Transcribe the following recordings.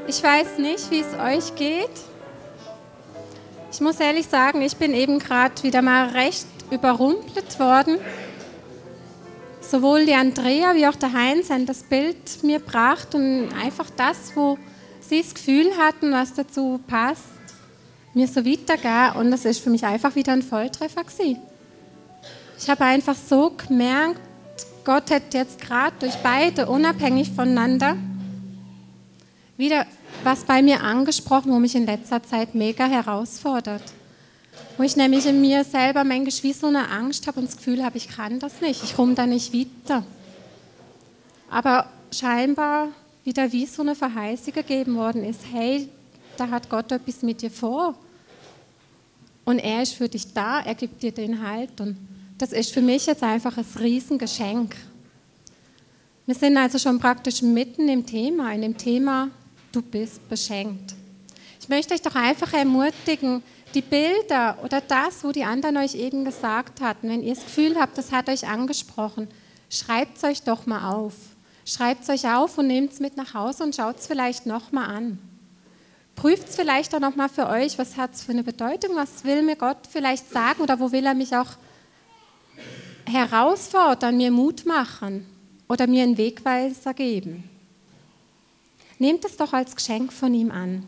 Ich weiß nicht, wie es euch geht. Ich muss ehrlich sagen, ich bin eben gerade wieder mal recht überrumpelt worden. Sowohl die Andrea wie auch der Heinz haben das Bild mir gebracht und einfach das, wo sie das Gefühl hatten, was dazu passt, mir so weitergehen. Und das ist für mich einfach wieder ein Volltreffer gewesen. Ich habe einfach so gemerkt, Gott hat jetzt gerade durch beide, unabhängig voneinander, wieder was bei mir angesprochen, wo mich in letzter Zeit mega herausfordert. Wo ich nämlich in mir selber manchmal wie so eine Angst habe und das Gefühl habe, ich kann das nicht, ich komme da nicht weiter. Aber scheinbar wieder wie so eine Verheißung gegeben worden ist, hey, da hat Gott etwas mit dir vor. Und er ist für dich da, er gibt dir den Halt. Und das ist für mich jetzt einfach ein Riesengeschenk. Wir sind also schon praktisch mitten im Thema, in dem Thema, du bist beschenkt. Ich möchte euch doch einfach ermutigen, die Bilder oder das, wo die anderen euch eben gesagt hatten, wenn ihr das Gefühl habt, das hat euch angesprochen, schreibt es euch doch mal auf. Schreibt es euch auf und nehmt es mit nach Hause und schaut es vielleicht nochmal an. Prüft es vielleicht auch nochmal für euch, was hat es für eine Bedeutung, was will mir Gott vielleicht sagen oder wo will er mich auch herausfordern, mir Mut machen oder mir einen Wegweiser geben. Nehmt es doch als Geschenk von ihm an.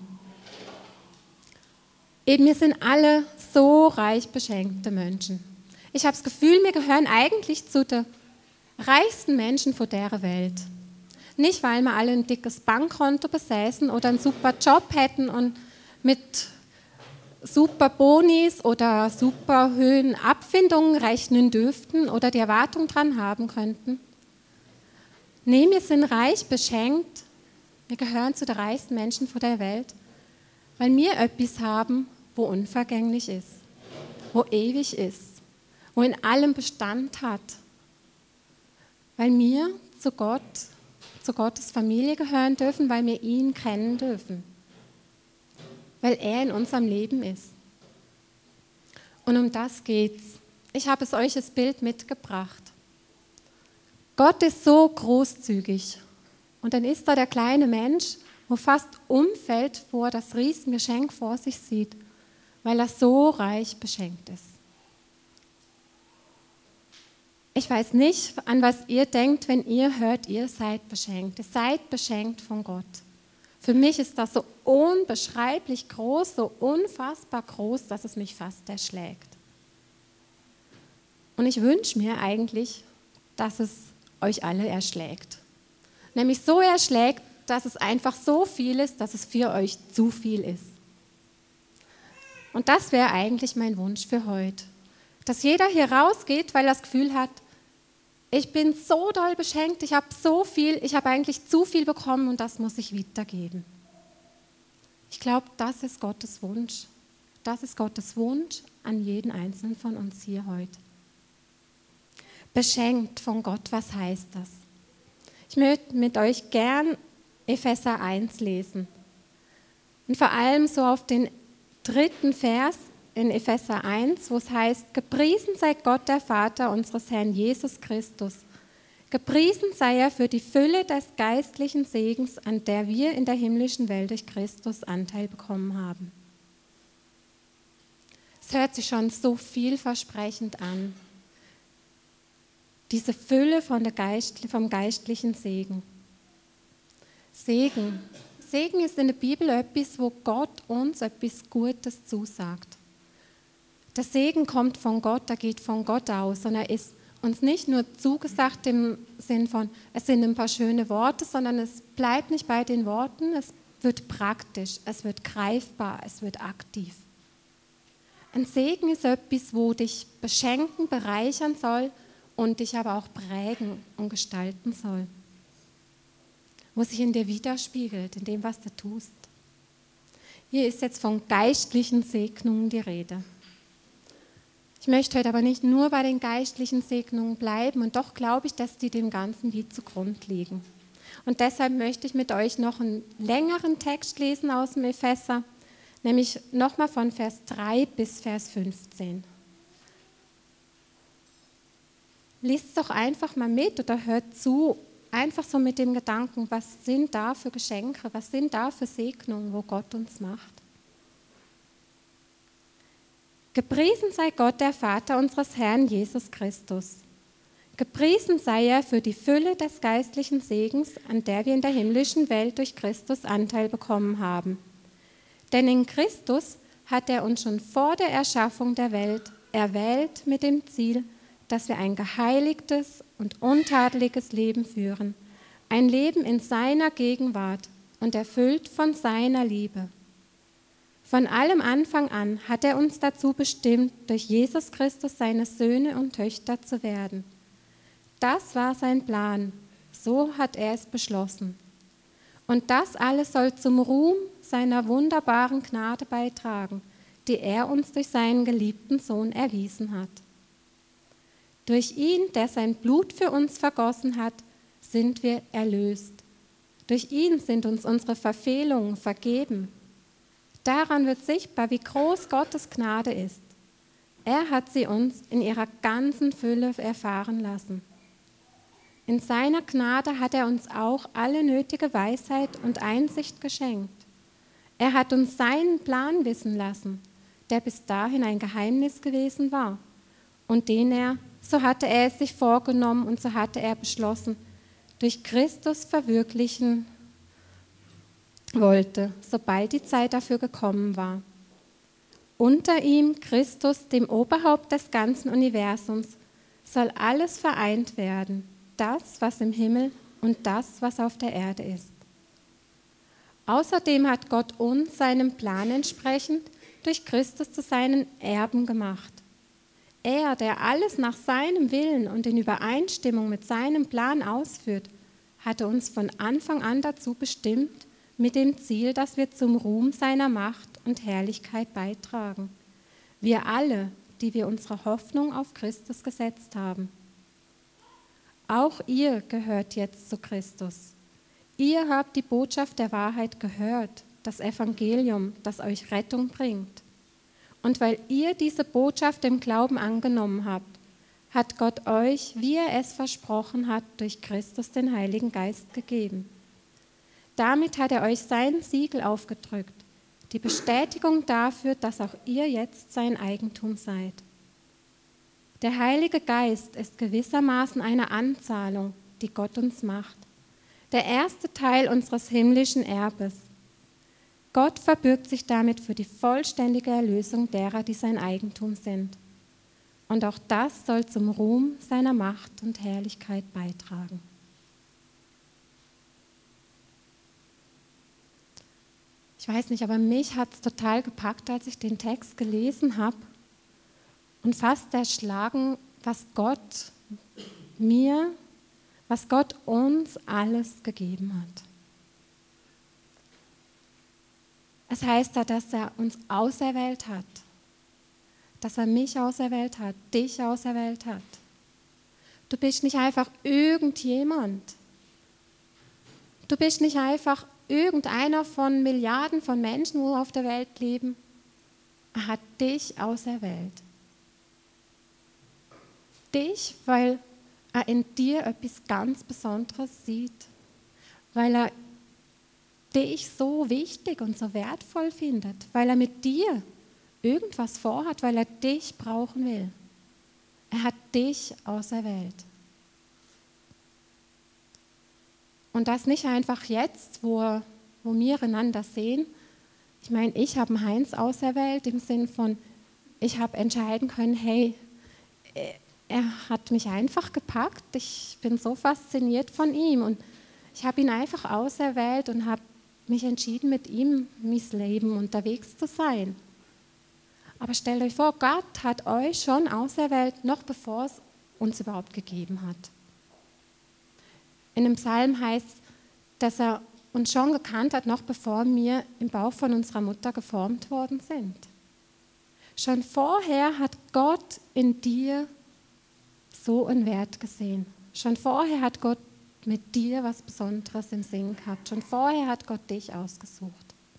Eben, wir sind alle so reich beschenkte Menschen. Ich habe das Gefühl, wir gehören eigentlich zu den reichsten Menschen von der Welt. Nicht, weil wir alle ein dickes Bankkonto besäßen oder einen super Job hätten und mit super Bonis oder super hohen Abfindungen rechnen dürften oder die Erwartung dran haben könnten. Nee, wir sind reich beschenkt. Wir gehören zu den reichsten Menschen von der Welt, weil wir etwas haben, wo unvergänglich ist, wo ewig ist, wo in allem Bestand hat. Weil wir zu Gottes Familie gehören dürfen, weil wir ihn kennen dürfen. Weil er in unserem Leben ist. Und um das geht's. Ich habe es euch als Bild mitgebracht. Gott ist so großzügig. Und dann ist da der kleine Mensch, wo fast umfällt, wo er das Riesengeschenk vor sich sieht, weil er so reich beschenkt ist. Ich weiß nicht, an was ihr denkt, wenn ihr hört, ihr seid beschenkt. Ihr seid beschenkt von Gott. Für mich ist das so unbeschreiblich groß, so unfassbar groß, dass es mich fast erschlägt. Und ich wünsche mir eigentlich, dass es euch alle erschlägt. Nämlich so erschlägt, dass es einfach so viel ist, dass es für euch zu viel ist. Und das wäre eigentlich mein Wunsch für heute. Dass jeder hier rausgeht, weil er das Gefühl hat, ich bin so doll beschenkt, ich habe so viel, ich habe eigentlich zu viel bekommen und das muss ich weitergeben. Ich glaube, das ist Gottes Wunsch. Das ist Gottes Wunsch an jeden Einzelnen von uns hier heute. Beschenkt von Gott, was heißt das? Ich möchte mit euch gern Epheser 1 lesen. Und vor allem so auf den 3. Vers in Epheser 1, wo es heißt, gepriesen sei Gott, der Vater unseres Herrn Jesus Christus. Gepriesen sei er für die Fülle des geistlichen Segens, an der wir in der himmlischen Welt durch Christus Anteil bekommen haben. Es hört sich schon so vielversprechend an. Diese Fülle vom geistlichen Segen. Segen ist in der Bibel etwas, wo Gott uns etwas Gutes zusagt. Der Segen kommt von Gott, er geht von Gott aus und er ist uns nicht nur zugesagt im Sinn von, es sind ein paar schöne Worte, sondern es bleibt nicht bei den Worten, es wird praktisch, es wird greifbar, es wird aktiv. Ein Segen ist etwas, wo dich beschenken, bereichern soll und dich aber auch prägen und gestalten soll. Wo sich in dir widerspiegelt, in dem, was du tust. Hier ist jetzt von geistlichen Segnungen die Rede. Ich möchte heute aber nicht nur bei den geistlichen Segnungen bleiben und doch glaube ich, dass die dem Ganzen wie zugrunde liegen. Und deshalb möchte ich mit euch noch einen längeren Text lesen aus dem Epheser, nämlich nochmal von Vers 3 bis Vers 15. Liest es doch einfach mal mit oder hört zu einfach so mit dem Gedanken, was sind da für Geschenke, was sind da für Segnungen, wo Gott uns macht. Gepriesen sei Gott, der Vater unseres Herrn Jesus Christus. Gepriesen sei er für die Fülle des geistlichen Segens, an der wir in der himmlischen Welt durch Christus Anteil bekommen haben. Denn in Christus hat er uns schon vor der Erschaffung der Welt erwählt mit dem Ziel, dass wir ein geheiligtes und untadeliges Leben führen, ein Leben in seiner Gegenwart und erfüllt von seiner Liebe. Von allem Anfang an hat er uns dazu bestimmt, durch Jesus Christus seine Söhne und Töchter zu werden. Das war sein Plan, so hat er es beschlossen. Und das alles soll zum Ruhm seiner wunderbaren Gnade beitragen, die er uns durch seinen geliebten Sohn erwiesen hat. Durch ihn, der sein Blut für uns vergossen hat, sind wir erlöst. Durch ihn sind uns unsere Verfehlungen vergeben. Daran wird sichtbar, wie groß Gottes Gnade ist. Er hat sie uns in ihrer ganzen Fülle erfahren lassen. In seiner Gnade hat er uns auch alle nötige Weisheit und Einsicht geschenkt. Er hat uns seinen Plan wissen lassen, der bis dahin ein Geheimnis gewesen war und den er, so hatte er es sich vorgenommen und so hatte er beschlossen, durch Christus verwirklichen wollte, sobald die Zeit dafür gekommen war. Unter ihm, Christus, dem Oberhaupt des ganzen Universums, soll alles vereint werden, das, was im Himmel und das, was auf der Erde ist. Außerdem hat Gott uns seinem Plan entsprechend durch Christus zu seinen Erben gemacht. Er, der alles nach seinem Willen und in Übereinstimmung mit seinem Plan ausführt, hatte uns von Anfang an dazu bestimmt, mit dem Ziel, dass wir zum Ruhm seiner Macht und Herrlichkeit beitragen. Wir alle, die wir unsere Hoffnung auf Christus gesetzt haben. Auch ihr gehört jetzt zu Christus. Ihr habt die Botschaft der Wahrheit gehört, das Evangelium, das euch Rettung bringt. Und weil ihr diese Botschaft im Glauben angenommen habt, hat Gott euch, wie er es versprochen hat, durch Christus den Heiligen Geist gegeben. Damit hat er euch sein Siegel aufgedrückt, die Bestätigung dafür, dass auch ihr jetzt sein Eigentum seid. Der Heilige Geist ist gewissermaßen eine Anzahlung, die Gott uns macht, der erste Teil unseres himmlischen Erbes. Gott verbürgt sich damit für die vollständige Erlösung derer, die sein Eigentum sind. Und auch das soll zum Ruhm seiner Macht und Herrlichkeit beitragen. Ich weiß nicht, aber mich hat es total gepackt, als ich den Text gelesen habe und fast erschlagen, was Gott uns alles gegeben hat. Es heißt da, dass er uns auserwählt hat, dass er mich auserwählt hat, dich auserwählt hat. Du bist nicht einfach irgendjemand. Du bist nicht einfach irgendeiner von Milliarden von Menschen, die auf der Welt leben. Er hat dich auserwählt. Dich, weil er in dir etwas ganz Besonderes sieht, weil er dich so wichtig und so wertvoll findet, weil er mit dir irgendwas vorhat, weil er dich brauchen will. Er hat dich auserwählt. Und das nicht einfach jetzt, wo wir einander sehen. Ich meine, ich habe Heinz auserwählt im Sinn von, ich habe entscheiden können, hey, er hat mich einfach gepackt, ich bin so fasziniert von ihm und ich habe ihn einfach auserwählt und habe mich entschieden, mit ihm mein Leben unterwegs zu sein. Aber stellt euch vor, Gott hat euch schon auserwählt, noch bevor es uns überhaupt gegeben hat. In dem Psalm heißt es, dass er uns schon gekannt hat, noch bevor wir im Bauch von unserer Mutter geformt worden sind. Schon vorher hat Gott in dir so einen Wert gesehen. Schon vorher hat Gott mit dir was Besonderes im Sinn gehabt. Schon vorher hat Gott dich ausgesucht.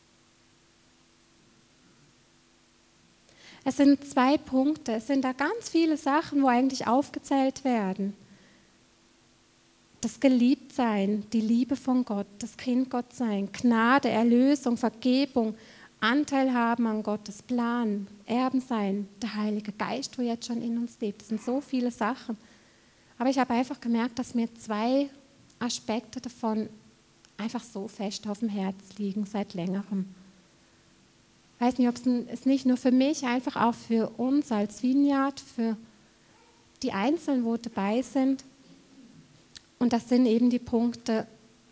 Es sind 2 Punkte, es sind da ganz viele Sachen, wo eigentlich aufgezählt werden, das Geliebtsein, die Liebe von Gott, das Kind Gott sein, Gnade, Erlösung, Vergebung, Anteil haben an Gottes Plan, Erben sein, der Heilige Geist, wo jetzt schon in uns lebt. Das sind so viele Sachen. Aber ich habe einfach gemerkt, dass mir 2 Aspekte davon einfach so fest auf dem Herz liegen seit längerem. Ich weiß nicht, ob es nicht nur für mich, einfach auch für uns als Vineyard, für die Einzelnen, wo dabei sind. Und das sind eben die Punkte,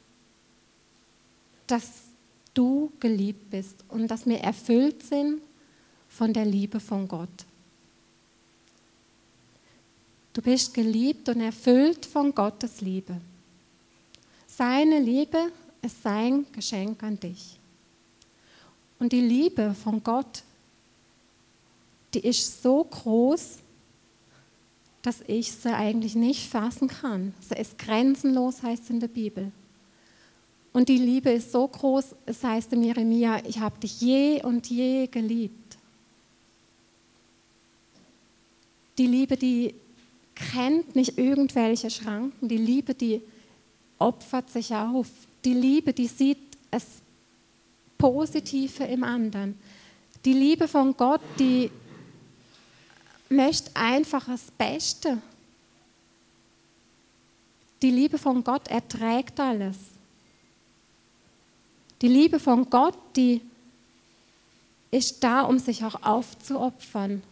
dass du geliebt bist und dass wir erfüllt sind von der Liebe von Gott. Du bist geliebt und erfüllt von Gottes Liebe. Seine Liebe ist sein Geschenk an dich. Und die Liebe von Gott, die ist so groß, dass ich sie eigentlich nicht fassen kann. Sie ist grenzenlos, heißt es in der Bibel. Und die Liebe ist so groß, es heißt in Jeremia, ich habe dich je und je geliebt. Die Liebe, die kennt nicht irgendwelche Schranken. Die Liebe, die opfert sich auf. Die Liebe, die sieht das Positive im anderen. Die Liebe von Gott, die möchte einfach das Beste. Die Liebe von Gott erträgt alles. Die Liebe von Gott, die ist da, um sich auch aufzuopfern.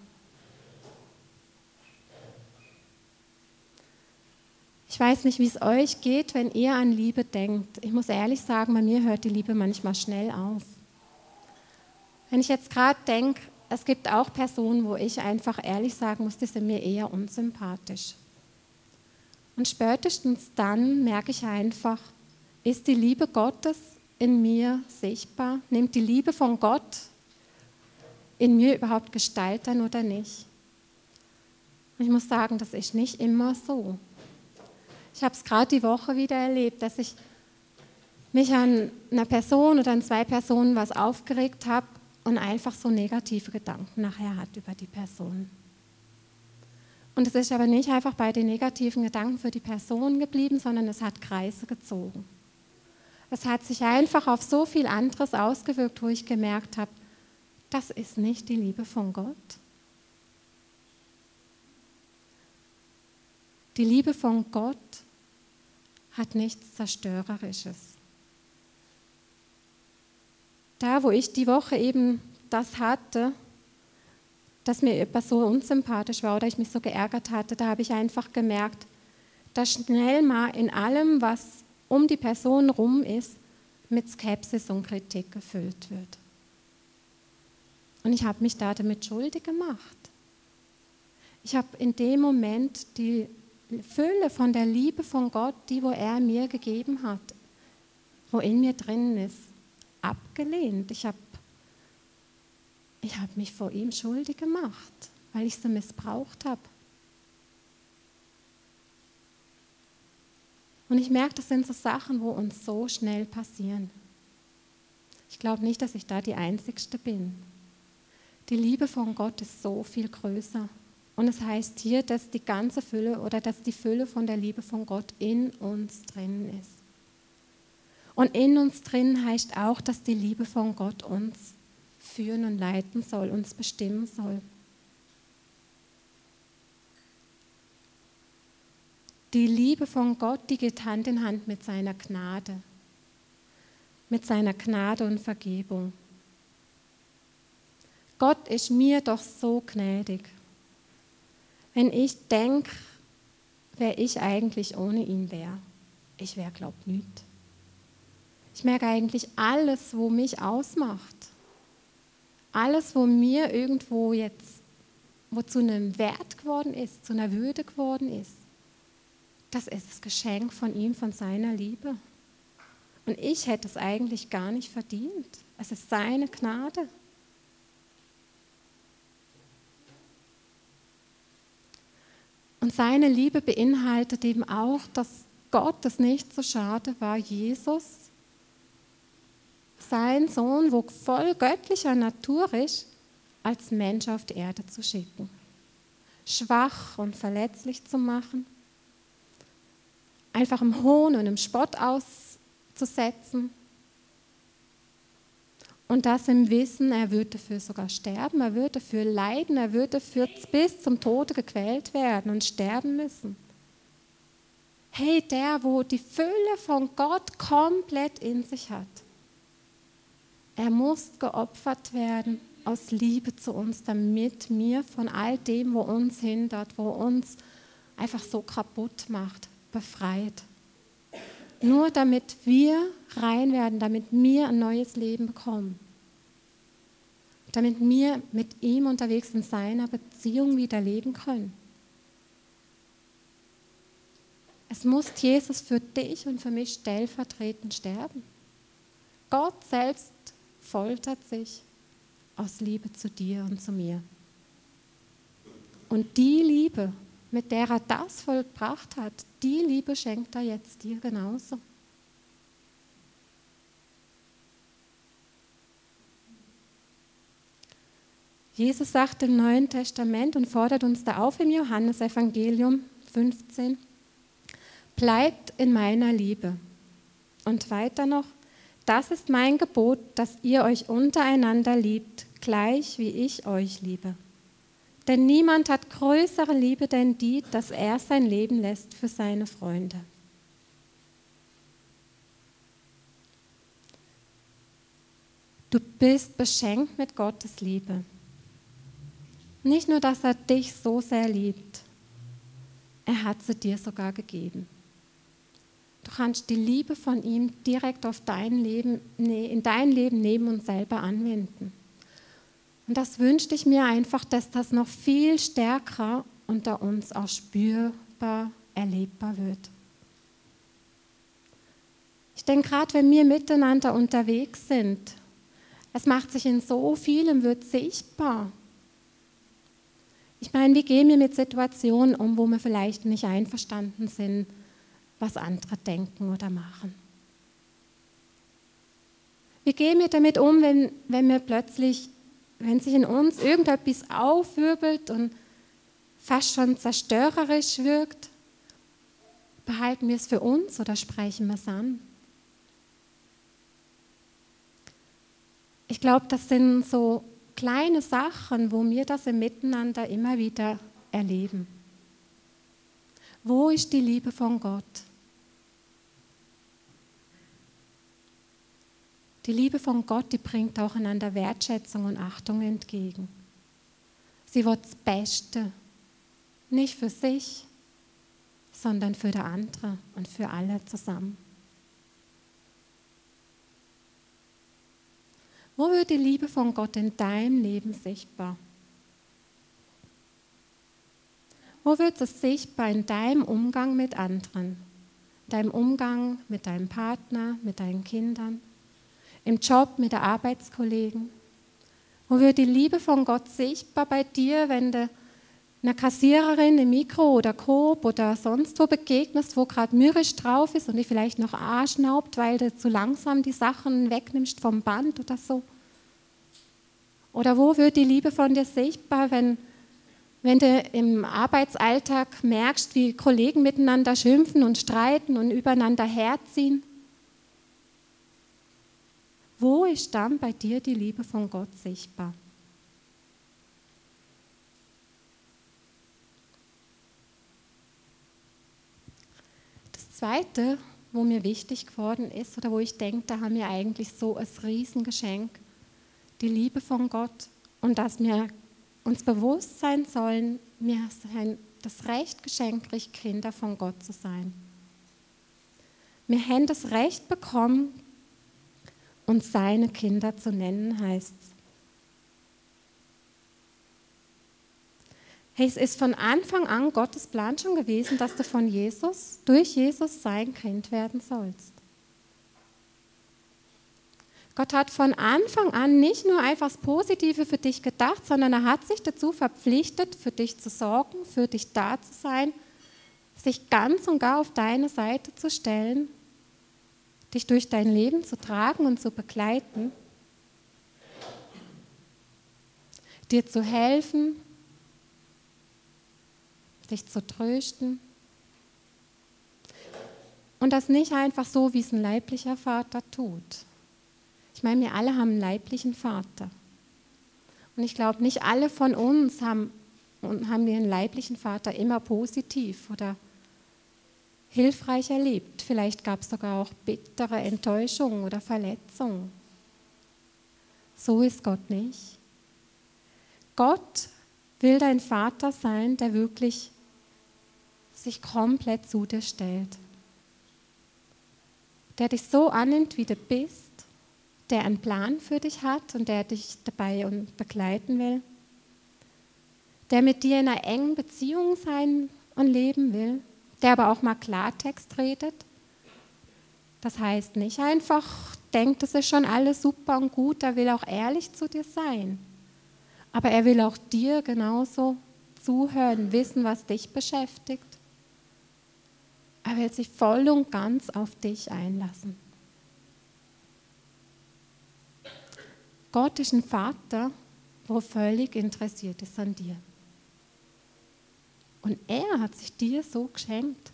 Ich weiß nicht, wie es euch geht, wenn ihr an Liebe denkt. Ich muss ehrlich sagen, bei mir hört die Liebe manchmal schnell auf. Wenn ich jetzt gerade denke, es gibt auch Personen, wo ich einfach ehrlich sagen muss, die sind mir eher unsympathisch. Und spätestens dann merke ich einfach, ist die Liebe Gottes in mir sichtbar? Nimmt die Liebe von Gott in mir überhaupt Gestalt an oder nicht? Und ich muss sagen, das ist nicht immer so. Ich habe es gerade die Woche wieder erlebt, dass ich mich an einer Person oder an 2 Personen was aufgeregt habe und einfach so negative Gedanken nachher hat über die Person. Und es ist aber nicht einfach bei den negativen Gedanken für die Person geblieben, sondern es hat Kreise gezogen. Es hat sich einfach auf so viel anderes ausgewirkt, wo ich gemerkt habe, das ist nicht die Liebe von Gott. Die Liebe von Gott hat nichts Zerstörerisches. Da, wo ich die Woche eben das hatte, dass mir etwas so unsympathisch war oder ich mich so geärgert hatte, da habe ich einfach gemerkt, dass schnell mal in allem, was um die Person rum ist, mit Skepsis und Kritik gefüllt wird. Und ich habe mich da damit schuldig gemacht. Ich habe in dem Moment die Fülle von der Liebe von Gott, die, wo er mir gegeben hat, wo in mir drin ist, abgelehnt. Ich habe mich vor ihm schuldig gemacht, weil ich sie missbraucht habe. Und ich merke, das sind so Sachen, wo uns so schnell passieren. Ich glaube nicht, dass ich da die Einzigste bin. Die Liebe von Gott ist so viel größer. Und es heißt hier, dass die ganze Fülle oder dass die Fülle von der Liebe von Gott in uns drin ist. Und in uns drin heißt auch, dass die Liebe von Gott uns führen und leiten soll, uns bestimmen soll. Die Liebe von Gott, die geht Hand in Hand mit seiner Gnade und Vergebung. Gott ist mir doch so gnädig. Wenn ich denke, wer ich eigentlich ohne ihn wäre, ich wäre, glaube ich, nichts. Ich merke eigentlich alles, wo mich ausmacht, alles, wo mir irgendwo jetzt, wo zu einem Wert geworden ist, zu einer Würde geworden ist, das ist das Geschenk von ihm, von seiner Liebe. Und ich hätte es eigentlich gar nicht verdient. Es ist seine Gnade. Und seine Liebe beinhaltet eben auch, dass Gott es nicht so schade war, Jesus, sein Sohn, wo voll göttlicher Natur ist, als Mensch auf die Erde zu schicken. Schwach und verletzlich zu machen. einfach im Hohn und im Spott auszusetzen. Und das im Wissen, er wird dafür sogar sterben, er wird dafür leiden, er wird dafür bis zum Tode gequält werden und sterben müssen. Hey, der, wo die Fülle von Gott komplett in sich hat, er muss geopfert werden aus Liebe zu uns, damit wir von all dem, wo uns hindert, wo uns einfach so kaputt macht, befreit. Nur damit wir rein werden, damit wir ein neues Leben bekommen. Damit wir mit ihm unterwegs in seiner Beziehung wieder leben können. Es muss Jesus für dich und für mich stellvertretend sterben. Gott selbst foltert sich aus Liebe zu dir und zu mir. Und die Liebe, mit der er das vollbracht hat, die Liebe schenkt er jetzt dir genauso. Jesus sagt im Neuen Testament und fordert uns da auf im Johannesevangelium 15, bleibt in meiner Liebe. Und weiter noch, das ist mein Gebot, dass ihr euch untereinander liebt, gleich wie ich euch liebe. Denn niemand hat größere Liebe denn die, dass er sein Leben lässt für seine Freunde. Du bist beschenkt mit Gottes Liebe. Nicht nur, dass er dich so sehr liebt, er hat sie dir sogar gegeben. Du kannst die Liebe von ihm direkt auf dein Leben, in dein Leben neben uns selber anwenden. Und das wünschte ich mir einfach, dass das noch viel stärker unter uns auch spürbar, erlebbar wird. Ich denke, gerade wenn wir miteinander unterwegs sind, es macht sich in so vielem, wird sichtbar. Ich meine, wie gehen wir mit Situationen um, wo wir vielleicht nicht einverstanden sind, was andere denken oder machen? Wie gehen wir damit um, wenn sich in uns irgendetwas aufwirbelt und fast schon zerstörerisch wirkt? Behalten wir es für uns oder sprechen wir es an? Ich glaube, das sind so kleine Sachen, wo wir das im Miteinander immer wieder erleben. Wo ist die Liebe von Gott? Die Liebe von Gott, die bringt auch einander Wertschätzung und Achtung entgegen. Sie will das Beste, nicht für sich, sondern für den anderen und für alle zusammen. Wo wird die Liebe von Gott in deinem Leben sichtbar? Wo wird es sichtbar in deinem Umgang mit anderen? In deinem Umgang mit deinem Partner, mit deinen Kindern? Im Job mit den Arbeitskollegen? Wo wird die Liebe von Gott sichtbar bei dir, wenn du einer Kassiererin im Mikro oder Coop oder sonst wo begegnest, wo gerade mürrisch drauf ist und die vielleicht noch anschnaubt, weil du zu langsam die Sachen wegnimmst vom Band oder so? Oder wo wird die Liebe von dir sichtbar, wenn du im Arbeitsalltag merkst, wie Kollegen miteinander schimpfen und streiten und übereinander herziehen? Wo ist dann bei dir die Liebe von Gott sichtbar? Das Zweite, wo mir wichtig geworden ist oder wo ich denke, da haben wir eigentlich so ein Riesengeschenk, die Liebe von Gott und dass wir uns bewusst sein sollen, wir haben das Recht geschenkt, Kinder von Gott zu sein. Wir haben das Recht bekommen, uns seine Kinder zu nennen, heißt es. Hey, es ist von Anfang an Gottes Plan schon gewesen, dass du durch Jesus sein Kind werden sollst. Gott hat von Anfang an nicht nur einfach das Positive für dich gedacht, sondern er hat sich dazu verpflichtet, für dich zu sorgen, für dich da zu sein, sich ganz und gar auf deine Seite zu stellen, dich durch dein Leben zu tragen und zu begleiten, dir zu helfen, dich zu trösten. Und das nicht einfach so, wie es ein leiblicher Vater tut. Ich meine, wir alle haben einen leiblichen Vater. Und ich glaube, nicht alle von uns haben den leiblichen Vater immer positiv oder hilfreich erlebt. Vielleicht gab es sogar auch bittere Enttäuschungen oder Verletzungen. So ist Gott nicht. Gott will dein Vater sein, der wirklich sich komplett zu dir stellt. Der dich so annimmt, wie du bist, der einen Plan für dich hat und der dich dabei begleiten will, der mit dir in einer engen Beziehung sein und leben will, der aber auch mal Klartext redet. Das heißt nicht einfach, denkt, es ist schon alles super und gut, er will auch ehrlich zu dir sein. Aber er will auch dir genauso zuhören, wissen, was dich beschäftigt. Er will sich voll und ganz auf dich einlassen. Gott ist ein Vater, der völlig interessiert ist an dir. Und er hat sich dir so geschenkt.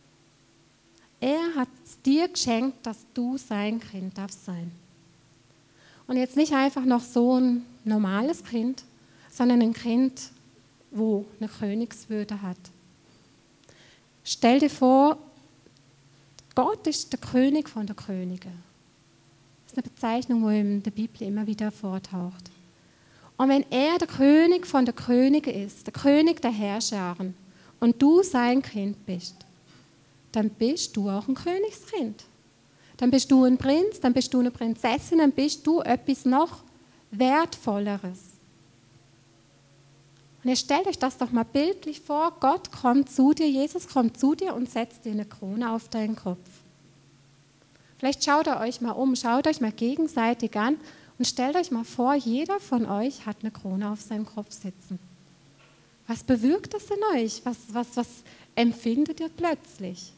Er hat es dir geschenkt, dass du sein Kind darfst sein. Und jetzt nicht einfach noch so ein normales Kind, sondern ein Kind, wo eine Königswürde hat. Stell dir vor, Gott ist der König von der Könige. Das ist eine Bezeichnung, die in der Bibel immer wieder vortaucht. Und wenn er der König von der Könige ist, der König der Herrscharen, und du sein Kind bist, dann bist du auch ein Königskind. Dann bist du ein Prinz, dann bist du eine Prinzessin, dann bist du etwas noch Wertvolleres. Und jetzt stellt euch das doch mal bildlich vor, Gott kommt zu dir, Jesus kommt zu dir und setzt dir eine Krone auf deinen Kopf. Vielleicht schaut ihr euch mal um, schaut euch mal gegenseitig an und stellt euch mal vor, jeder von euch hat eine Krone auf seinem Kopf sitzen. Was bewirkt das in euch? Was empfindet ihr plötzlich?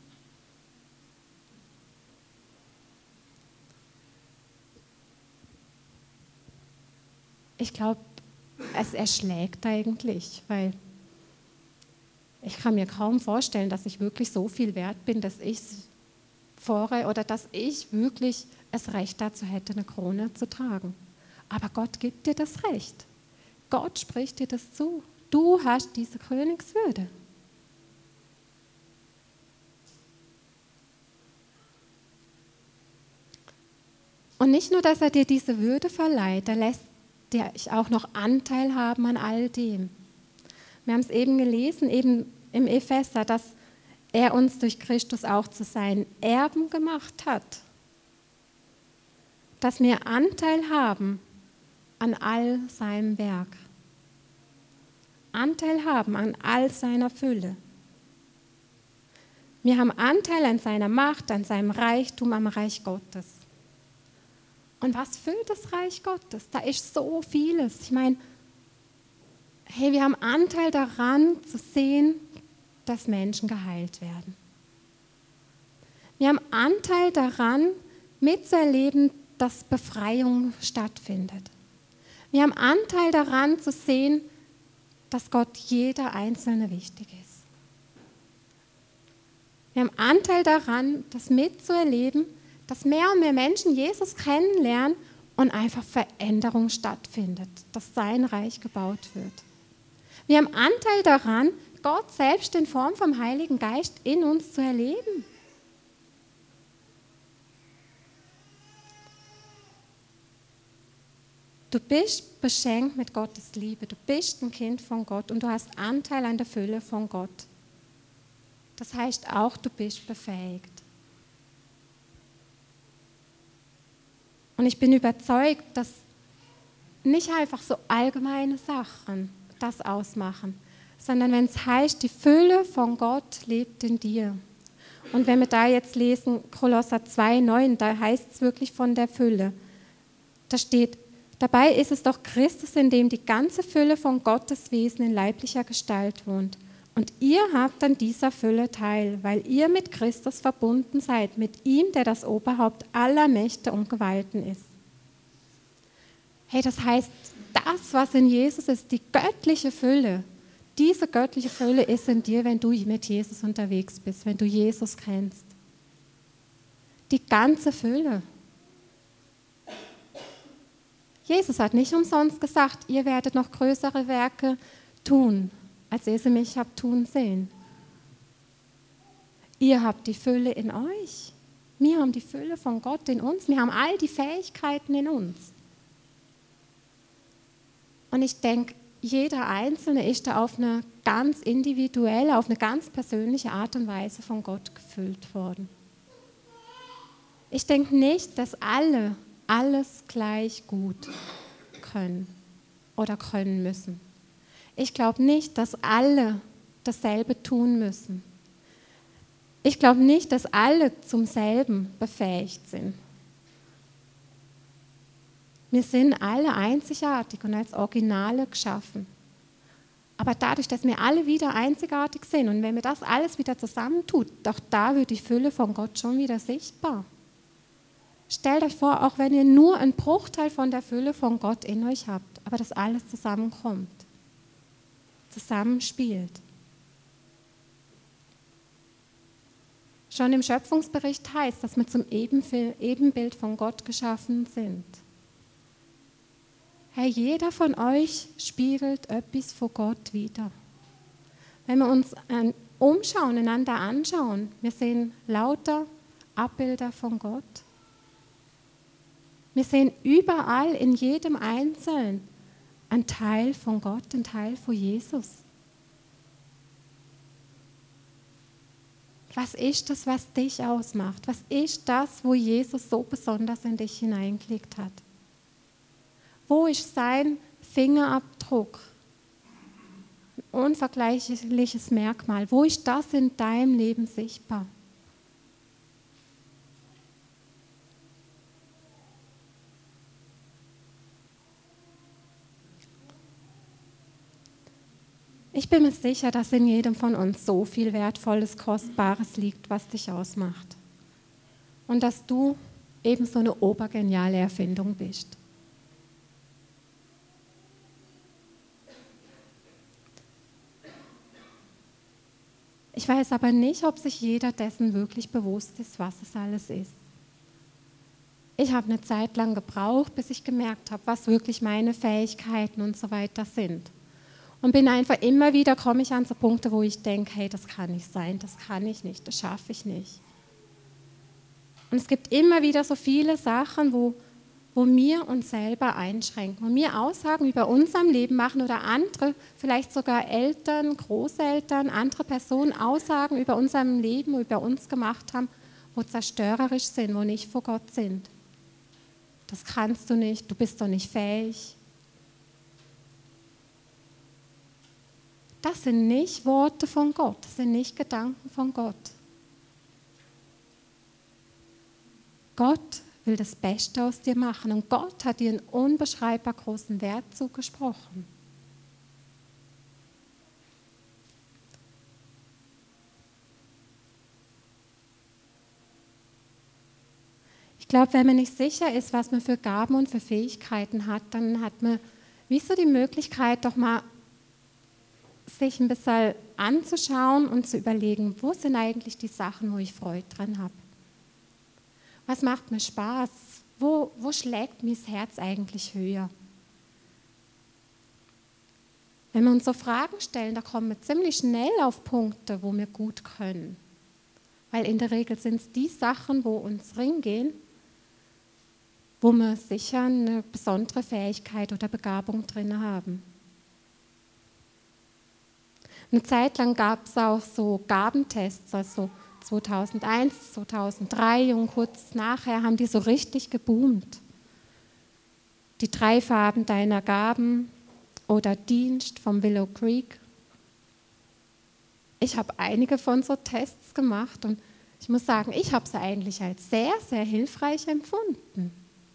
Ich glaube, es erschlägt eigentlich, weil ich kann mir kaum vorstellen, dass ich wirklich so viel wert bin, dass ich oder dass ich wirklich das Recht dazu hätte, eine Krone zu tragen. Aber Gott gibt dir das Recht. Gott spricht dir das zu. Du hast diese Königswürde. Und nicht nur, dass er dir diese Würde verleiht, er lässt dir auch noch Anteil haben an all dem. Wir haben es eben gelesen, eben im Epheser, dass er uns durch Christus auch zu seinen Erben gemacht hat. Dass wir Anteil haben an all seinem Werk. Anteil haben an all seiner Fülle. Wir haben Anteil an seiner Macht, an seinem Reichtum, am Reich Gottes. Und was füllt das Reich Gottes? Da ist so vieles. Ich meine, hey, wir haben Anteil daran zu sehen, dass Menschen geheilt werden. Wir haben Anteil daran, mitzuerleben, dass Befreiung stattfindet. Wir haben Anteil daran zu sehen, dass Gott jeder Einzelne wichtig ist. Wir haben Anteil daran, das mitzuerleben, dass mehr und mehr Menschen Jesus kennenlernen und einfach Veränderung stattfindet, dass sein Reich gebaut wird. Wir haben Anteil daran, Gott selbst in Form vom Heiligen Geist in uns zu erleben. Du bist beschenkt mit Gottes Liebe, du bist ein Kind von Gott und du hast Anteil an der Fülle von Gott. Das heißt auch, du bist befähigt. Und ich bin überzeugt, dass nicht einfach so allgemeine Sachen das ausmachen, sondern wenn es heißt, die Fülle von Gott lebt in dir. Und wenn wir da jetzt lesen, Kolosser 2,9, da heißt es wirklich von der Fülle. Da steht, dabei ist es doch Christus, in dem die ganze Fülle von Gottes Wesen in leiblicher Gestalt wohnt. Und ihr habt an dieser Fülle teil, weil ihr mit Christus verbunden seid, mit ihm, der das Oberhaupt aller Mächte und Gewalten ist. Hey, das heißt, das, was in Jesus ist, die göttliche Fülle, diese göttliche Fülle ist in dir, wenn du mit Jesus unterwegs bist, wenn du Jesus kennst. die ganze Fülle. Jesus hat nicht umsonst gesagt, ihr werdet noch größere Werke tun, als ihr sie mich habt tun sehen. Ihr habt die Fülle in euch. Wir haben die Fülle von Gott in uns. Wir haben all die Fähigkeiten in uns. Und ich denke, jeder Einzelne ist da auf eine ganz individuelle, auf eine ganz persönliche Art und Weise von Gott gefüllt worden. Ich denke nicht, dass alle alles gleich gut können oder können müssen. Ich glaube nicht, dass alle dasselbe tun müssen. Ich glaube nicht, dass alle zum selben befähigt sind. Wir sind alle einzigartig und als Originale geschaffen. Aber dadurch, dass wir alle wieder einzigartig sind und wenn wir das alles wieder zusammentut, doch da wird die Fülle von Gott schon wieder sichtbar. Stellt euch vor, auch wenn ihr nur einen Bruchteil von der Fülle von Gott in euch habt, aber das alles zusammenkommt, zusammenspielt. Schon im Schöpfungsbericht heißt, dass wir zum Ebenbild von Gott geschaffen sind. Hey, jeder von euch spiegelt etwas von Gott wider. Wenn wir uns umschauen, einander anschauen, wir sehen lauter Abbilder von Gott. Wir sehen überall in jedem Einzelnen einen Teil von Gott, einen Teil von Jesus. Was ist das, was dich ausmacht? Was ist das, wo Jesus so besonders in dich hineingelegt hat? Wo ist sein Fingerabdruck? Ein unvergleichliches Merkmal. Wo ist das in deinem Leben sichtbar? Ich bin mir sicher, dass in jedem von uns so viel Wertvolles, Kostbares liegt, was dich ausmacht. Und dass du eben so eine obergeniale Erfindung bist. Ich weiß aber nicht, ob sich jeder dessen wirklich bewusst ist, was es alles ist. Ich habe eine Zeit lang gebraucht, bis ich gemerkt habe, was wirklich meine Fähigkeiten und so weiter sind. Und bin einfach immer wieder, komme ich an so Punkte, wo ich denke, hey, das kann nicht sein, das kann ich nicht, das schaffe ich nicht. Und es gibt immer wieder so viele Sachen, wo wir uns selber einschränken, wo wir Aussagen über unserem Leben machen oder andere, vielleicht sogar Eltern, Großeltern, andere Personen Aussagen über unserem Leben, über uns gemacht haben, wo zerstörerisch sind, wo nicht vor Gott sind. Das kannst du nicht, du bist doch nicht fähig. Das sind nicht Worte von Gott, das sind nicht Gedanken von Gott. Gott will das Beste aus dir machen und Gott hat dir einen unbeschreibbar großen Wert zugesprochen. Ich glaube, wenn man nicht sicher ist, was man für Gaben und für Fähigkeiten hat, dann hat man wie so die Möglichkeit, doch mal sich ein bisschen anzuschauen und zu überlegen, wo sind eigentlich die Sachen, wo ich Freude dran habe. Was macht mir Spaß? Wo schlägt mir das Herz eigentlich höher? Wenn wir uns so Fragen stellen, da kommen wir ziemlich schnell auf Punkte, wo wir gut können. Weil in der Regel sind es die Sachen, wo uns ringehen, wo wir sicher eine besondere Fähigkeit oder Begabung drin haben. Eine Zeit lang gab es auch so Gabentests, also 2001, 2003 und kurz nachher haben die so richtig geboomt. Die 3 Farben deiner Gaben oder Dienst vom Willow Creek. Ich habe einige von so Tests gemacht und ich muss sagen, ich habe sie eigentlich als sehr, sehr hilfreich empfunden.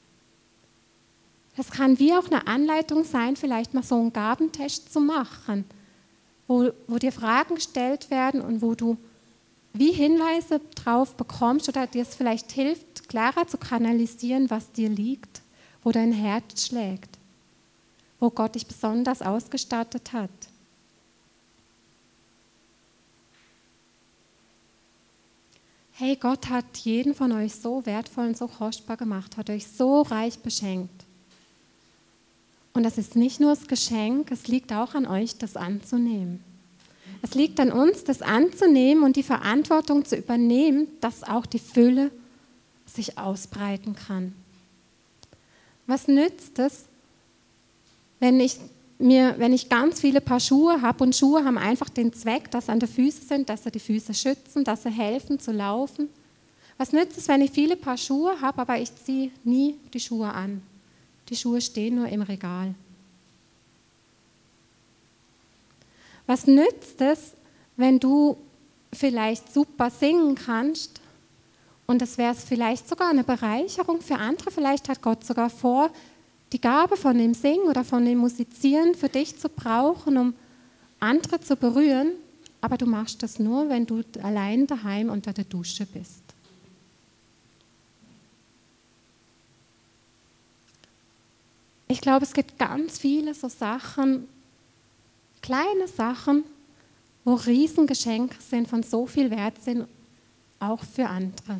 Das kann wie auch eine Anleitung sein, vielleicht mal so einen Gabentest zu machen, wo dir Fragen gestellt werden und wo du wie Hinweise drauf bekommst oder dir es vielleicht hilft, klarer zu kanalisieren, was dir liegt, wo dein Herz schlägt, wo Gott dich besonders ausgestattet hat. hey, Gott hat jeden von euch so wertvoll und so kostbar gemacht, hat euch so reich beschenkt. Und das ist nicht nur das Geschenk, es liegt auch an euch, das anzunehmen. Es liegt an uns, das anzunehmen und die Verantwortung zu übernehmen, dass auch die Fülle sich ausbreiten kann. Was nützt es, wenn ich ganz viele Paar Schuhe habe und Schuhe haben einfach den Zweck, dass sie an den Füßen sind, dass sie die Füße schützen, dass sie helfen zu laufen. Was nützt es, wenn ich viele Paar Schuhe habe, aber ich ziehe nie die Schuhe an? Die Schuhe stehen nur im Regal. Was nützt es, wenn du vielleicht super singen kannst und das wäre vielleicht sogar eine Bereicherung für andere, vielleicht hat Gott sogar vor, die Gabe von dem Singen oder von dem Musizieren für dich zu brauchen, um andere zu berühren, aber du machst das nur, wenn du allein daheim unter der Dusche bist. Ich glaube, es gibt ganz viele so Sachen, kleine Sachen, wo Riesengeschenke sind, von so viel Wert sind, auch für andere.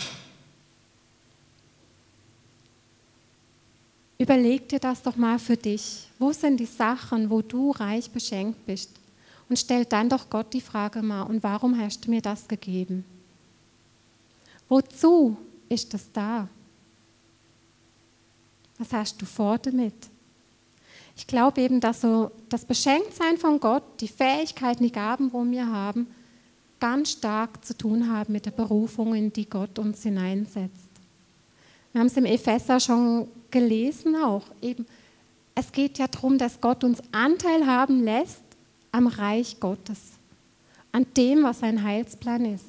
Überleg dir das doch mal für dich. Wo sind die Sachen, wo du reich beschenkt bist? Und stell dann doch Gott die Frage mal, und warum hast du mir das gegeben? Wozu ist das da? Was hast du vor damit? Ich glaube eben, dass so das Beschenktsein von Gott, die Fähigkeiten, die Gaben, wo wir haben, ganz stark zu tun haben mit der Berufung, in die Gott uns hineinsetzt. Wir haben es im Epheser schon gelesen auch. Eben, es geht ja darum, dass Gott uns Anteil haben lässt am Reich Gottes, an dem, was sein Heilsplan ist.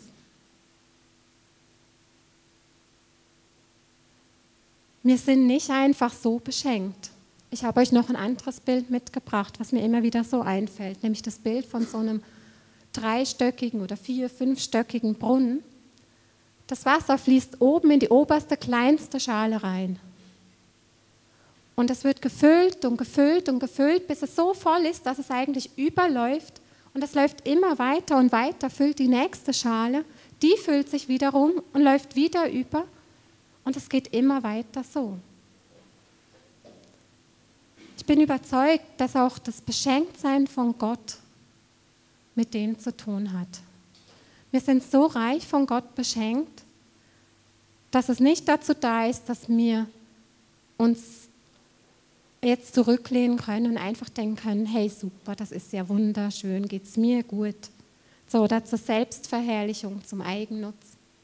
Wir sind nicht einfach so beschenkt. Ich habe euch noch ein anderes Bild mitgebracht, was mir immer wieder so einfällt, nämlich das Bild von so einem 3-stöckigen oder 4-, 5-stöckigen Brunnen. Das Wasser fließt oben in die oberste, kleinste Schale rein. Und es wird gefüllt und gefüllt und gefüllt, bis es so voll ist, dass es eigentlich überläuft. Und es läuft immer weiter und weiter, füllt die nächste Schale, die füllt sich wiederum und läuft wieder über. Und es geht immer weiter so. Ich bin überzeugt, dass auch das Beschenktsein von Gott mit dem zu tun hat. Wir sind so reich von Gott beschenkt, dass es nicht dazu da ist, dass wir uns jetzt zurücklehnen können und einfach denken können, hey super, das ist ja wunderschön, geht es mir gut. So, oder zur Selbstverherrlichung, zum Eigennutz.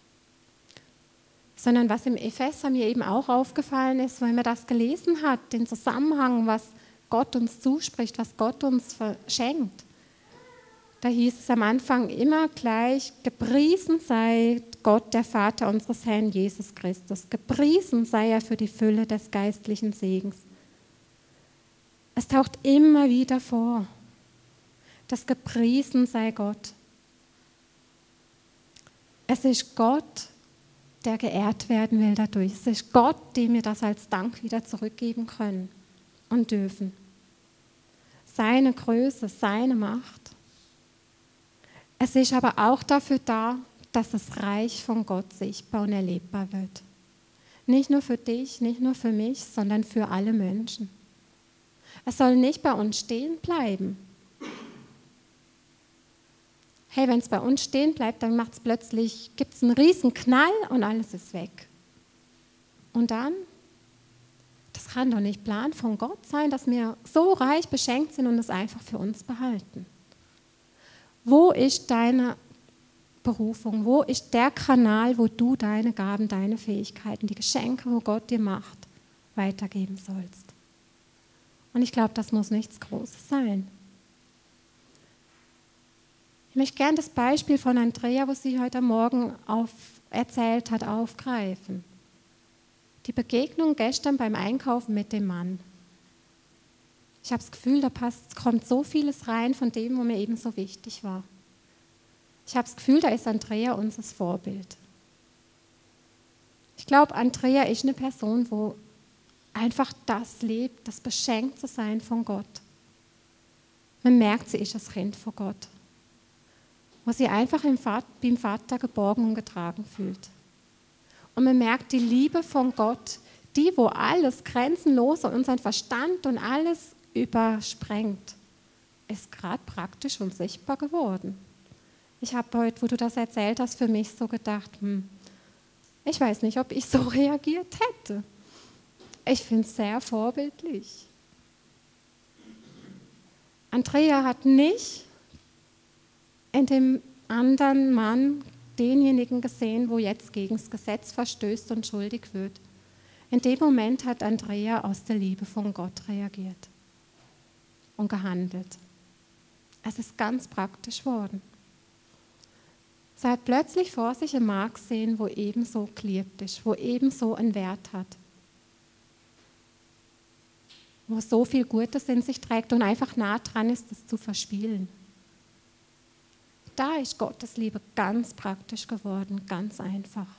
Sondern was im Epheser mir eben auch aufgefallen ist, weil man das gelesen hat, den Zusammenhang, was Gott uns zuspricht, was Gott uns verschenkt. Da hieß es am Anfang immer gleich, gepriesen sei Gott, der Vater unseres Herrn Jesus Christus. Gepriesen sei er für die Fülle des geistlichen Segens. Es taucht immer wieder vor, dass gepriesen sei Gott. Es ist Gott, der geehrt werden will dadurch. Es ist Gott, dem wir das als Dank wieder zurückgeben können und dürfen. Seine Größe, seine Macht. Es ist aber auch dafür da, dass das Reich von Gott sichtbar und erlebbar wird. Nicht nur für dich, nicht nur für mich, sondern für alle Menschen. Es soll nicht bei uns stehen bleiben. Hey, wenn es bei uns stehen bleibt, dann gibt es einen riesen Knall und alles ist weg. Und dann, das kann doch nicht Plan von Gott sein, dass wir so reich beschenkt sind und es einfach für uns behalten. Wo ist deine Berufung? Wo ist der Kanal, wo du deine Gaben, deine Fähigkeiten, die Geschenke, wo Gott dir macht, weitergeben sollst? Und ich glaube, das muss nichts Großes sein. Ich möchte gerne das Beispiel von Andrea, was sie heute Morgen erzählt hat, aufgreifen. Die Begegnung gestern beim Einkaufen mit dem Mann. Ich habe das Gefühl, da kommt so vieles rein von dem, was mir eben so wichtig war. Ich habe das Gefühl, da ist Andrea unser Vorbild. Ich glaube, Andrea ist eine Person, wo einfach das lebt, das beschenkt zu sein von Gott. Man merkt, sie ist das Kind von Gott. Wo sie einfach beim Vater geborgen und getragen fühlt. Und man merkt die Liebe von Gott, die, wo alles grenzenlos und unseren Verstand und alles übersprengt, ist gerade praktisch und sichtbar geworden. Ich habe heute, wo du das erzählt hast, für mich so gedacht, ich weiß nicht, ob ich so reagiert hätte. Ich finde es sehr vorbildlich. Andrea hat nicht in dem anderen Mann denjenigen gesehen, wo jetzt gegen das Gesetz verstößt und schuldig wird. In dem Moment hat Andrea aus der Liebe von Gott reagiert und gehandelt. Es ist ganz praktisch worden. Sie hat plötzlich vor sich einen Mann gesehen, wo ebenso geliebt ist, wo ebenso einen Wert hat, wo so viel Gutes in sich trägt und einfach nah dran ist, das zu verspielen. Da ist Gottes Liebe ganz praktisch geworden, ganz einfach.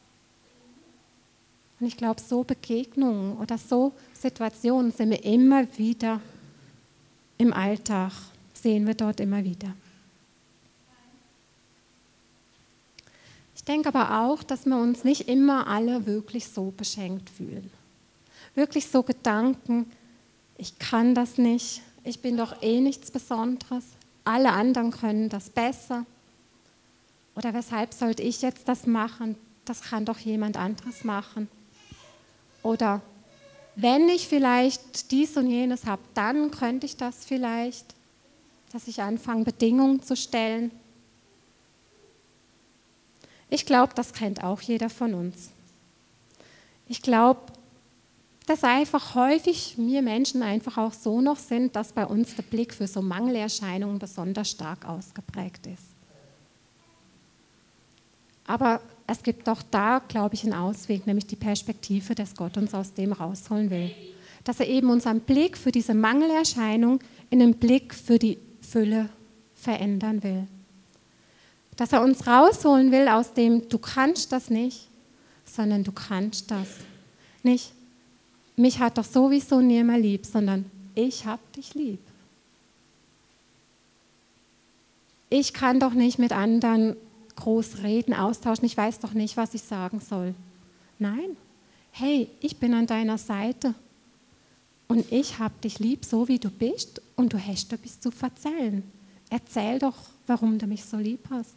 Und ich glaube, so Begegnungen oder so Situationen sind wir immer wieder im Alltag, sehen wir dort immer wieder. Ich denke aber auch, dass wir uns nicht immer alle wirklich so beschenkt fühlen. Wirklich so Gedanken, ich kann das nicht, ich bin doch eh nichts Besonderes, alle anderen können das besser. Oder weshalb sollte ich jetzt das machen? Das kann doch jemand anderes machen. Oder wenn ich vielleicht dies und jenes habe, dann könnte ich das vielleicht, dass ich anfange, Bedingungen zu stellen. Ich glaube, das kennt auch jeder von uns. Ich glaube, dass einfach häufig wir Menschen einfach auch so noch sind, dass bei uns der Blick für so Mangelerscheinungen besonders stark ausgeprägt ist. Aber es gibt auch da, glaube ich, einen Ausweg, nämlich die Perspektive, dass Gott uns aus dem rausholen will. Dass er eben unseren Blick für diese Mangelerscheinung in einen Blick für die Fülle verändern will. Dass er uns rausholen will aus dem, du kannst das nicht, sondern du kannst das. Nicht, mich hat doch sowieso niemand lieb, sondern ich hab dich lieb. Ich kann doch nicht mit anderen groß reden, austauschen, ich weiß doch nicht, was ich sagen soll. Nein, hey, ich bin an deiner Seite und ich hab dich lieb, so wie du bist und du hast etwas zu erzählen. Erzähl doch, warum du mich so lieb hast.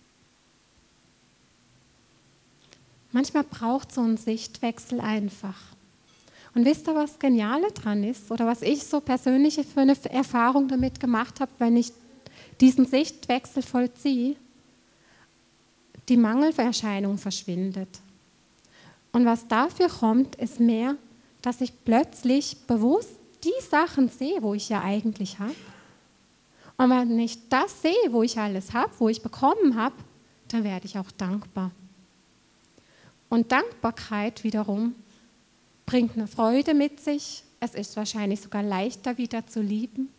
Manchmal braucht so ein Sichtwechsel einfach. Und wisst ihr, was Geniale dran ist? Oder was ich so persönlich für eine Erfahrung damit gemacht habe, wenn ich diesen Sichtwechsel vollziehe? Die Mangelerscheinung verschwindet. Und was dafür kommt, ist mehr, dass ich plötzlich bewusst die Sachen sehe, wo ich ja eigentlich habe. Und wenn ich das sehe, wo ich alles habe, wo ich bekommen habe, dann werde ich auch dankbar. Und Dankbarkeit wiederum bringt eine Freude mit sich. Es ist wahrscheinlich sogar leichter, wieder zu lieben.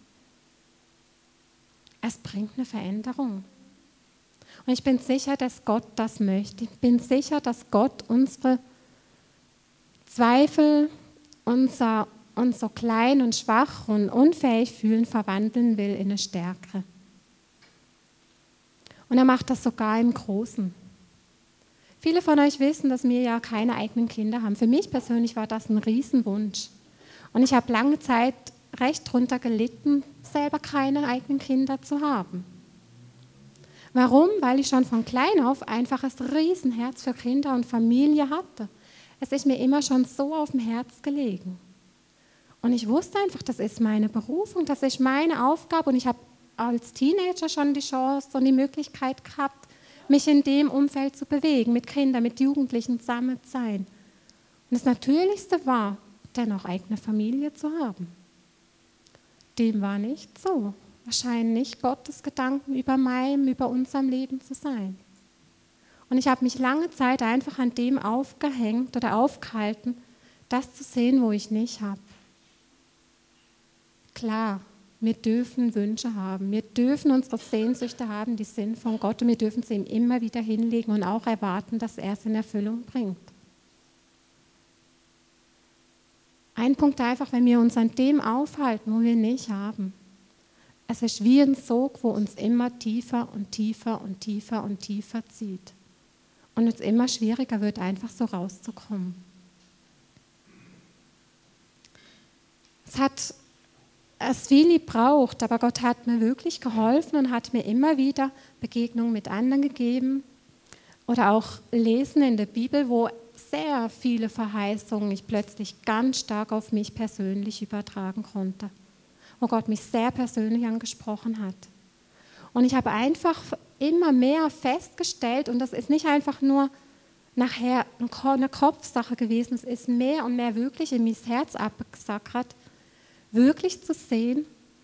Es bringt eine Veränderung. Und ich bin sicher, dass Gott das möchte. Ich bin sicher, dass Gott unsere Zweifel, uns so klein und schwach und unfähig fühlen, verwandeln will in eine Stärke. Und er macht das sogar im Großen. Viele von euch wissen, dass wir ja keine eigenen Kinder haben. Für mich persönlich war das ein Riesenwunsch. Und ich habe lange Zeit recht drunter gelitten, selber keine eigenen Kinder zu haben. Warum? Weil ich schon von klein auf einfach ein Riesenherz für Kinder und Familie hatte. Es ist mir immer schon so auf dem Herz gelegen. Und ich wusste einfach, das ist meine Berufung, das ist meine Aufgabe. Und ich habe als Teenager schon die Chance und die Möglichkeit gehabt, mich in dem Umfeld zu bewegen, mit Kindern, mit Jugendlichen zusammen zu sein. Und das Natürlichste war, dennoch eigene Familie zu haben. Dem war nicht so. Scheinen nicht Gottes Gedanken über unserem Leben zu sein. Und ich habe mich lange Zeit einfach an dem aufgehängt oder aufgehalten, das zu sehen, wo ich nicht habe. Klar, wir dürfen Wünsche haben, wir dürfen unsere Sehnsüchte haben, die sind von Gott und wir dürfen sie ihm immer wieder hinlegen und auch erwarten, dass er es in Erfüllung bringt. Ein Punkt einfach, wenn wir uns an dem aufhalten, wo wir nicht haben. Es ist wie ein Sog, wo uns immer tiefer und tiefer und tiefer und tiefer zieht. und es immer schwieriger wird, einfach so rauszukommen. Es hat es viel gebraucht, aber Gott hat mir wirklich geholfen und hat mir immer wieder Begegnungen mit anderen gegeben oder auch Lesen in der Bibel, wo sehr viele Verheißungen ich plötzlich ganz stark auf mich persönlich übertragen konnte, wo Gott mich sehr persönlich angesprochen hat. Und ich habe einfach immer mehr festgestellt, und das ist nicht einfach nur nachher eine Kopfsache gewesen, es ist mehr und mehr wirklich in mein Herz abgesackert, wirklich zu sehen,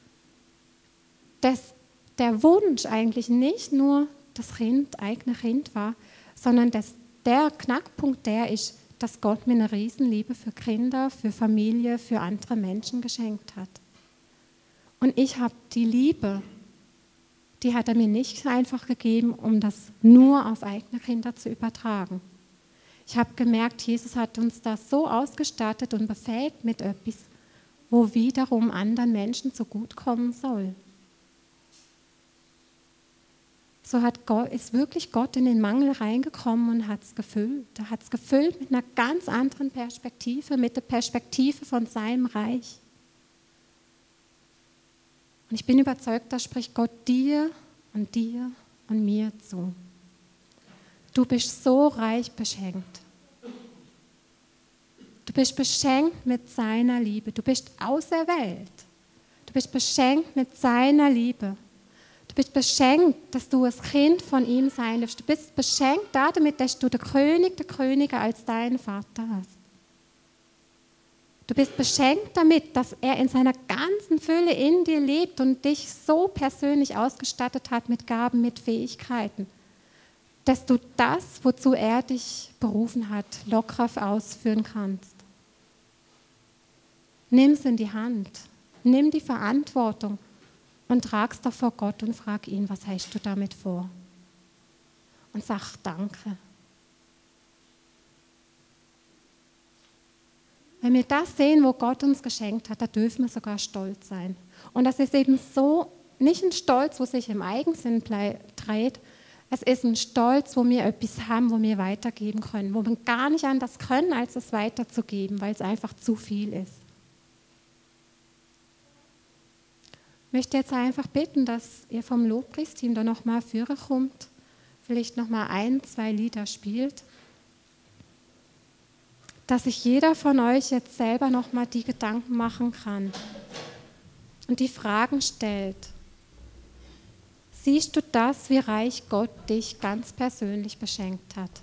dass der Wunsch eigentlich nicht nur das eigene Kind war, sondern dass der Knackpunkt der ist, dass Gott mir eine Riesenliebe für Kinder, für Familie, für andere Menschen geschenkt hat. Und ich habe die Liebe, die hat er mir nicht einfach gegeben, um das nur auf eigene Kinder zu übertragen. Ich habe gemerkt, Jesus hat uns da so ausgestattet und befähigt mit etwas, wo wiederum anderen Menschen zugutekommen soll. So ist wirklich Gott in den Mangel reingekommen und hat es gefüllt. Er hat es gefüllt mit einer ganz anderen Perspektive, mit der Perspektive von seinem Reich. Und ich bin überzeugt, da spricht Gott dir und mir zu. Du bist so reich beschenkt. Du bist beschenkt mit seiner Liebe. Du bist auserwählt. Du bist beschenkt mit seiner Liebe. Du bist beschenkt, dass du ein Kind von ihm sein darfst. Du bist beschenkt damit, dass du den König der Könige als deinen Vater hast. Du bist beschenkt damit, dass er in seiner ganzen Fülle in dir lebt und dich so persönlich ausgestattet hat mit Gaben, mit Fähigkeiten, dass du das, wozu er dich berufen hat, locker ausführen kannst. Nimm es in die Hand, nimm die Verantwortung und trag es doch vor Gott und frag ihn, was hast du damit vor? Und sag Danke. Wenn wir das sehen, wo Gott uns geschenkt hat, da dürfen wir sogar stolz sein. Und das ist eben so, nicht ein Stolz, wo sich im Eigensinn dreht, es ist ein Stolz, wo wir etwas haben, wo wir weitergeben können, wo wir gar nicht anders können, als es weiterzugeben, weil es einfach zu viel ist. Ich möchte jetzt einfach bitten, dass ihr vom Lobpreisteam da nochmal führen kommt, vielleicht nochmal 1, 2 Lieder spielt, dass sich jeder von euch jetzt selber nochmal die Gedanken machen kann und die Fragen stellt. Siehst du das, wie reich Gott dich ganz persönlich beschenkt hat?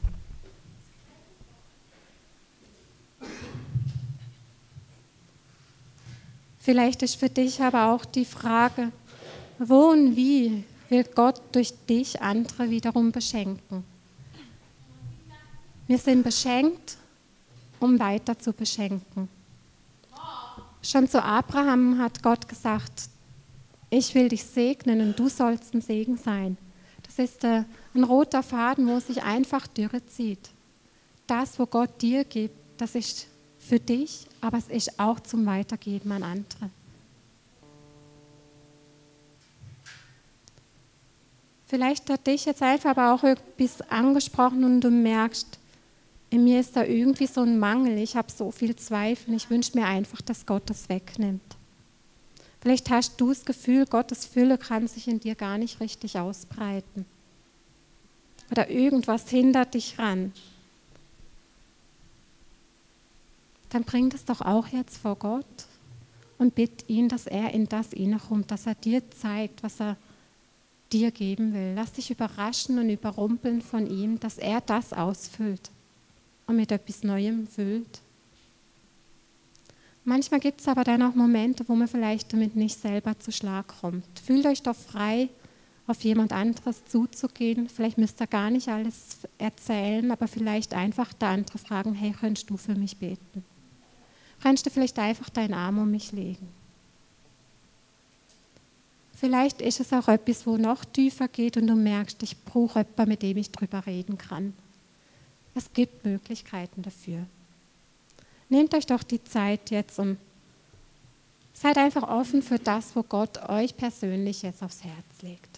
Vielleicht ist für dich aber auch die Frage, wo und wie will Gott durch dich andere wiederum beschenken? Wir sind beschenkt, um weiter zu beschenken. Schon zu Abraham hat Gott gesagt, ich will dich segnen und du sollst ein Segen sein. Das ist ein roter Faden, wo sich einfach durchzieht. Das, wo Gott dir gibt, das ist für dich, aber es ist auch zum Weitergeben an andere. Vielleicht hat dich jetzt einfach aber auch etwas angesprochen und du merkst, in mir ist da irgendwie so ein Mangel, ich habe so viel Zweifel, ich wünsche mir einfach, dass Gott das wegnimmt. Vielleicht hast du das Gefühl, Gottes Fülle kann sich in dir gar nicht richtig ausbreiten. Oder irgendwas hindert dich ran. Dann bring das doch auch jetzt vor Gott und bitt ihn, dass er in das hineinkommt, dass er dir zeigt, was er dir geben will. Lass dich überraschen und überrumpeln von ihm, dass er das ausfüllt und mit etwas Neuem füllt. Manchmal gibt es aber dann auch Momente, wo man vielleicht damit nicht selber zu Schlag kommt. Fühlt euch doch frei, auf jemand anderes zuzugehen. Vielleicht müsst ihr gar nicht alles erzählen, aber vielleicht einfach der andere fragen, hey, könntest du für mich beten? Könntest du vielleicht einfach deinen Arm um mich legen? Vielleicht ist es auch etwas, wo noch tiefer geht und du merkst, ich brauche jemanden, mit dem ich drüber reden kann. Es gibt Möglichkeiten dafür. Nehmt euch doch die Zeit jetzt und seid einfach offen für das, wo Gott euch persönlich jetzt aufs Herz legt.